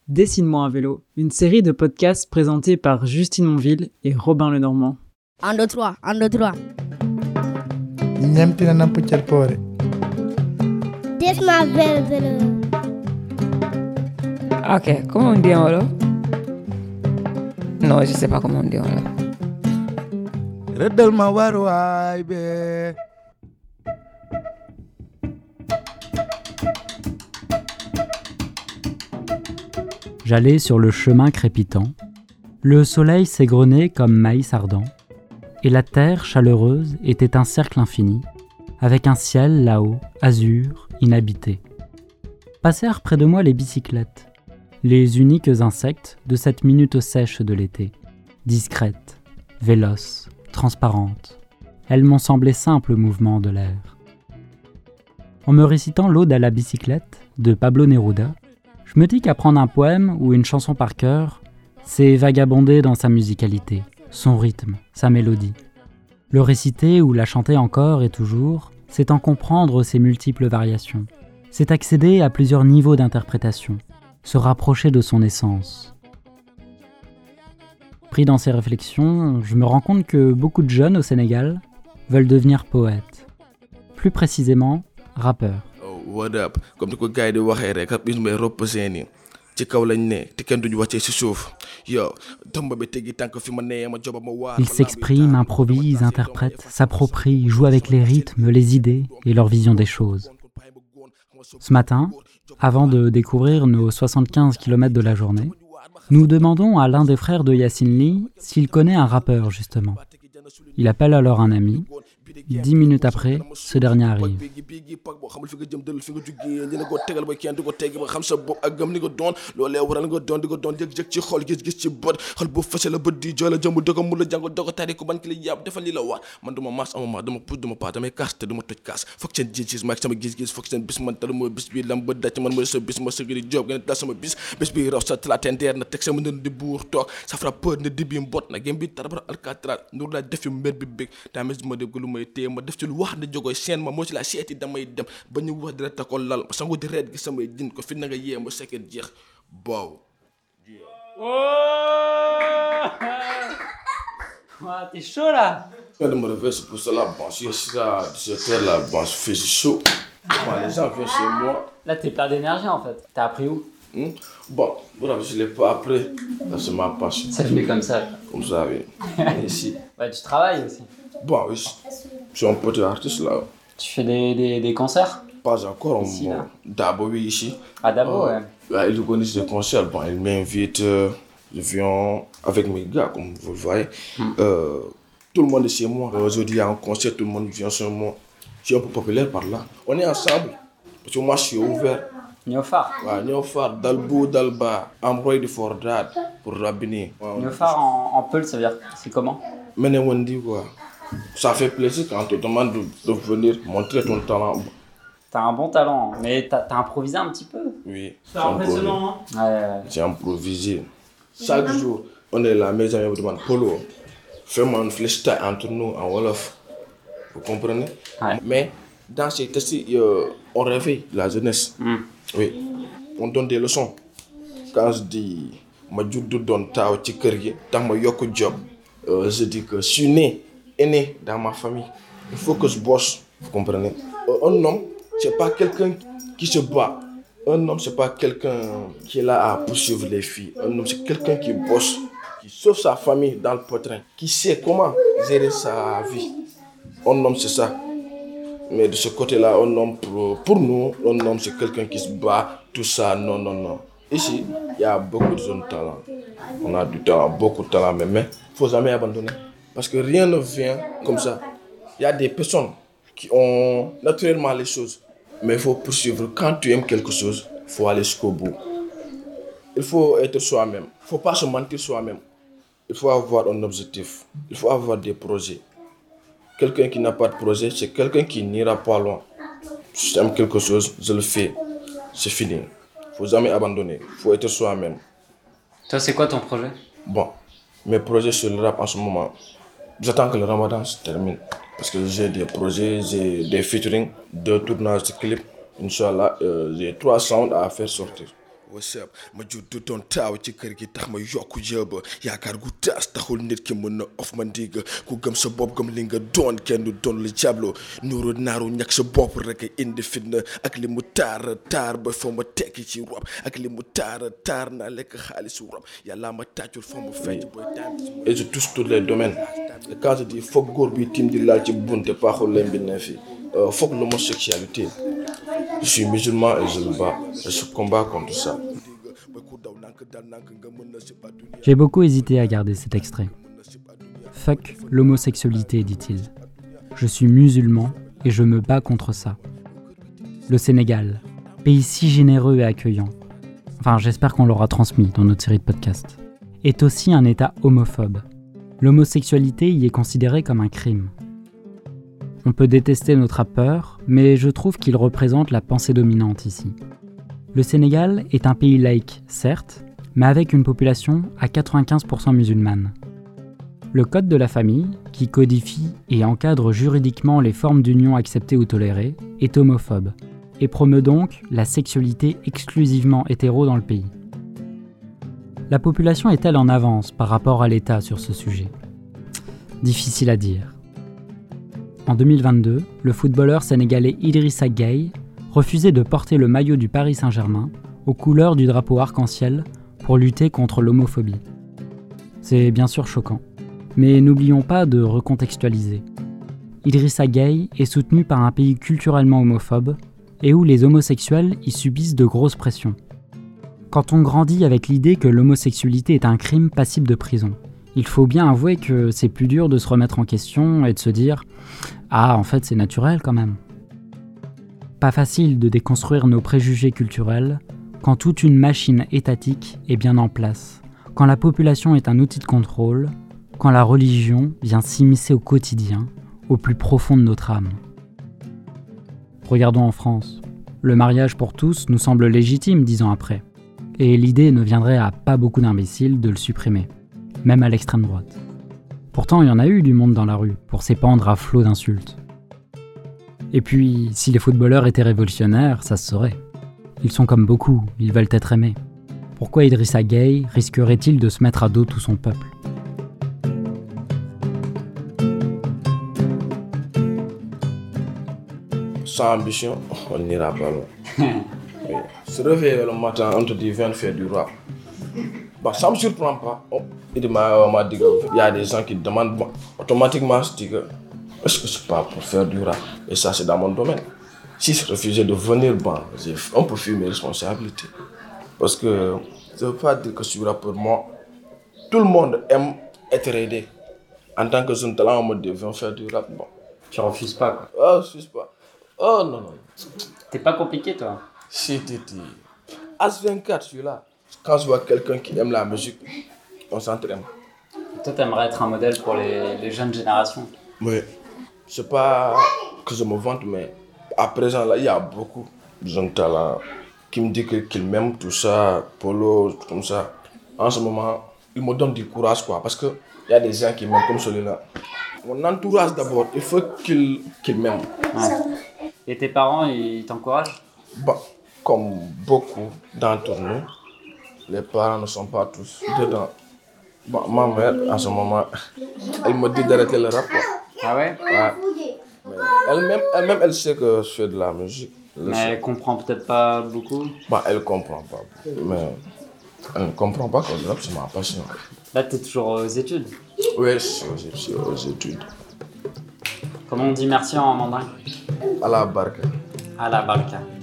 Dessine-moi un vélo, une série de podcasts présentés par Justine Monville et Robin Lenormand. 1, 2, 3, 1, 2, 3. Dessine-moi vélo. Ok, comment on dit en Wolof? Non, je sais pas comment on dit en Wolof. J'allais sur le chemin crépitant, le soleil s'égrenait comme maïs ardent, et la terre chaleureuse était un cercle infini, avec un ciel là-haut, azur, inhabité. Passèrent près de moi les bicyclettes, les uniques insectes de cette minute sèche de l'été, discrètes, véloces, transparentes. Elles m'ont semblé simples mouvements de l'air. En me récitant l'Ode à la bicyclette de Pablo Neruda, je me dis qu'apprendre un poème ou une chanson par cœur, c'est vagabonder dans sa musicalité, son rythme, sa mélodie. Le réciter ou la chanter encore et toujours, c'est en comprendre ses multiples variations. C'est accéder à plusieurs niveaux d'interprétation, se rapprocher de son essence. Pris dans ces réflexions, je me rends compte que beaucoup de jeunes au Sénégal veulent devenir poètes. Plus précisément, rappeurs. What up comme ni ko gars yi di waxee rek ab is may représenter ci kaw lañ ne te kenn duñu wàccee ci suuf yow damba bi teggi tànk fi ma nee ma joba ma waar. Ils s'expriment, improvisent, interprètent, s'approprient, jouent avec les rythmes, les idées et leur vision des choses. Ce matin, avant de découvrir nos 75 km de la journée, nous demandons à l'un des frères de Yacine Ly s'il connaît un rappeur justement. Il appelle alors un ami. 10 minutes après, ce dernier arrive. ma def ci lu wax ne jogoy seen ma moo ci la seeti damay dem ba ñu wax dina takko lal ma sangu di reet gi samay jin ko fi na nga yee ma sekket jeex boow. T'es chaud là? Quand je me réveille, c'est pour ça la banche. Je suis à 17h, la banche fait chaud. Les gens viennent chez moi. Là, t'es plein d'énergie en fait. T'as appris où? Bon, bref, je ne l'ai pas appris. C'est ma passion. Ça venait comme ça. Comme ça, oui. Ici. Ouais, tu travailles aussi. Bon, oui. Je suis un petit artiste là. Tu fais des concerts? Pas encore. Ici, bon, Dabo, oui, ici. À Dabo, ouais. Ils organisent des concerts. Bon, ils m'invitent. Je viens avec mes gars, comme vous le voyez. Tout le monde est chez moi. Aujourd'hui, il y a un concert, tout le monde vient chez moi. Je suis un peu populaire par là. On est ensemble. Parce que moi, je suis ouvert. Niofar. Ouais, Niofar, Dalbo, Dalba, Ambroy de Fordad, pour Rabini. Niofar en Peul, ça veut dire, c'est comment? Menewendi, quoi. Ça fait plaisir quand on te demande de venir montrer ton talent. T'as un bon talent, mais t'as improvisé un petit peu. Oui. C'est impressionnant, hein? Ouais. J'ai improvisé. Chaque jour, on est là, mes amis me demandent, Polo, fais-moi une freestyle entre nous en Wolof. Vous comprenez? Ouais. Mais dans ces tests, on réveille la jeunesse. Oui. On donne des leçons. Quand je dis, ma judo donne tao chikergi, tant ma yoko job, je dis que je suis né dans ma famille. Il faut que je bosse. Vous comprenez? Un homme, c'est pas quelqu'un qui se bat. Un homme, c'est pas quelqu'un qui est là à poursuivre les filles. Un homme, c'est quelqu'un qui bosse, qui sauve sa famille dans le pétrin, qui sait comment gérer sa vie. Un homme, c'est ça. Mais de ce côté-là, un homme, pour nous, un homme, c'est quelqu'un qui se bat, tout ça, non. Ici, il y a beaucoup de jeunes talents. On a du talent, beaucoup de talent, mais il ne faut jamais abandonner. Parce que rien ne vient comme ça. Il y a des personnes qui ont naturellement les choses. Mais il faut poursuivre. Quand tu aimes quelque chose, il faut aller jusqu'au bout. Il faut être soi-même. Il ne faut pas se mentir soi-même. Il faut avoir un objectif. Il faut avoir des projets. Quelqu'un qui n'a pas de projet, c'est quelqu'un qui n'ira pas loin. Si j'aime quelque chose, je le fais. C'est fini. Il ne faut jamais abandonner. Il faut être soi-même. Toi, c'est quoi ton projet? Bon, mes projets sur le rap en ce moment, j'attends que le Ramadan se termine. Parce que j'ai des projets, j'ai des featuring, 2 tournages de clips. Inch'Allah, j'ai 3 sounds à faire sortir. what's up ma juddu doon taaw ci kër gi tax ma yokku jëba yaakaar gu taas taxul nit ki mën na of ma ndigga ku gëm sa bopp gëm li nga doon kenn du doon la jablo nuuru naaru ñàkk sa bopp rek indi fitna ak li mu taar ba foo ma tekki ci rob ak li mu taar naa lekk xaalisu rob yàlla ma tàccul foo ma fecc booy time et je touche tous les domaines quand je dis foog góor bi tim di laal ci bunte paaxul leen bi ne fi foog l'homosexualité. Je suis musulman et je le bats. Je combats contre ça. J'ai beaucoup hésité à garder cet extrait. Fuck l'homosexualité, dit-il. Je suis musulman et je me bats contre ça. Le Sénégal, pays si généreux et accueillant, enfin j'espère qu'on l'aura transmis dans notre série de podcasts, est aussi un État homophobe. L'homosexualité y est considérée comme un crime. On peut détester notre rappeur, mais je trouve qu'il représente la pensée dominante ici. Le Sénégal est un pays laïque, certes, mais avec une population à 95% musulmane. Le Code de la famille, qui codifie et encadre juridiquement les formes d'union acceptées ou tolérées, est homophobe, et promeut donc la sexualité exclusivement hétéro dans le pays. La population est-elle en avance par rapport à l'État sur ce sujet ? Difficile à dire. En 2022, le footballeur sénégalais Idrissa Gueye refusait de porter le maillot du Paris Saint-Germain aux couleurs du drapeau arc-en-ciel pour lutter contre l'homophobie. C'est bien sûr choquant, mais n'oublions pas de recontextualiser. Idrissa Gueye est soutenu par un pays culturellement homophobe et où les homosexuels y subissent de grosses pressions. Quand on grandit avec l'idée que l'homosexualité est un crime passible de prison, il faut bien avouer que c'est plus dur de se remettre en question et de se dire « Ah, en fait, c'est naturel quand même ». Pas facile de déconstruire nos préjugés culturels quand toute une machine étatique est bien en place, quand la population est un outil de contrôle, quand la religion vient s'immiscer au quotidien, au plus profond de notre âme. Regardons en France. Le mariage pour tous nous semble légitime 10 ans après, et l'idée ne viendrait à pas beaucoup d'imbéciles de le supprimer. Même à l'extrême droite. Pourtant, il y en a eu du monde dans la rue pour s'épandre à flot d'insultes. Et puis, si les footballeurs étaient révolutionnaires, ça se saurait. Ils sont comme beaucoup, ils veulent être aimés. Pourquoi Idrissa Gueye risquerait-il de se mettre à dos tout son peuple ? Sans ambition, on n'ira pas loin. Oui. Se réveiller le matin, on te dit viens faire du rap. Bah, ça ne me surprend pas. Il y a des gens qui demandent, automatiquement, je dis que est-ce que c'est pas pour faire du rap? Et ça, c'est dans mon domaine. Si je refusais de venir, on peut fuir mes responsabilités. Parce que ça ne veut pas dire que je suis rappeur. Moi, tout le monde aime être aidé. En tant que jeune talent, on me dit viens faire du rap. Bon. Tu refuses pas, quoi. Oh, je refuse pas. Oh, non. T'es pas compliqué, toi? Si, As24, je suis là. Quand je vois quelqu'un qui aime la musique, on s'entraîne. Toi, t'aimerais être un modèle pour les jeunes générations? Oui. C'est pas que je me vante, mais à présent, là, il y a beaucoup de jeunes talents qui me disent qu'ils m'aiment, tout ça, Polo, comme ça. En ce moment, ils me donnent du courage, quoi, parce qu'il y a des gens qui m'aiment comme celui-là. Mon entourage, d'abord, il faut qu'ils m'aiment. Ouais. Et tes parents, ils t'encouragent? Comme beaucoup d'entre nous, les parents ne sont pas tous dedans. Ma mère, en ce moment, elle me dit d'arrêter le rap, quoi. Ah ouais? Ouais. Mais elle-même, elle sait que je fais de la musique. Mais elle comprend peut-être pas beaucoup? Elle comprend pas. Mais elle ne comprend pas que le rap, c'est ma passion. Là, t'es toujours aux études? Oui, je suis aux études. Comment on dit merci en mandingue? À la barca. À la barca.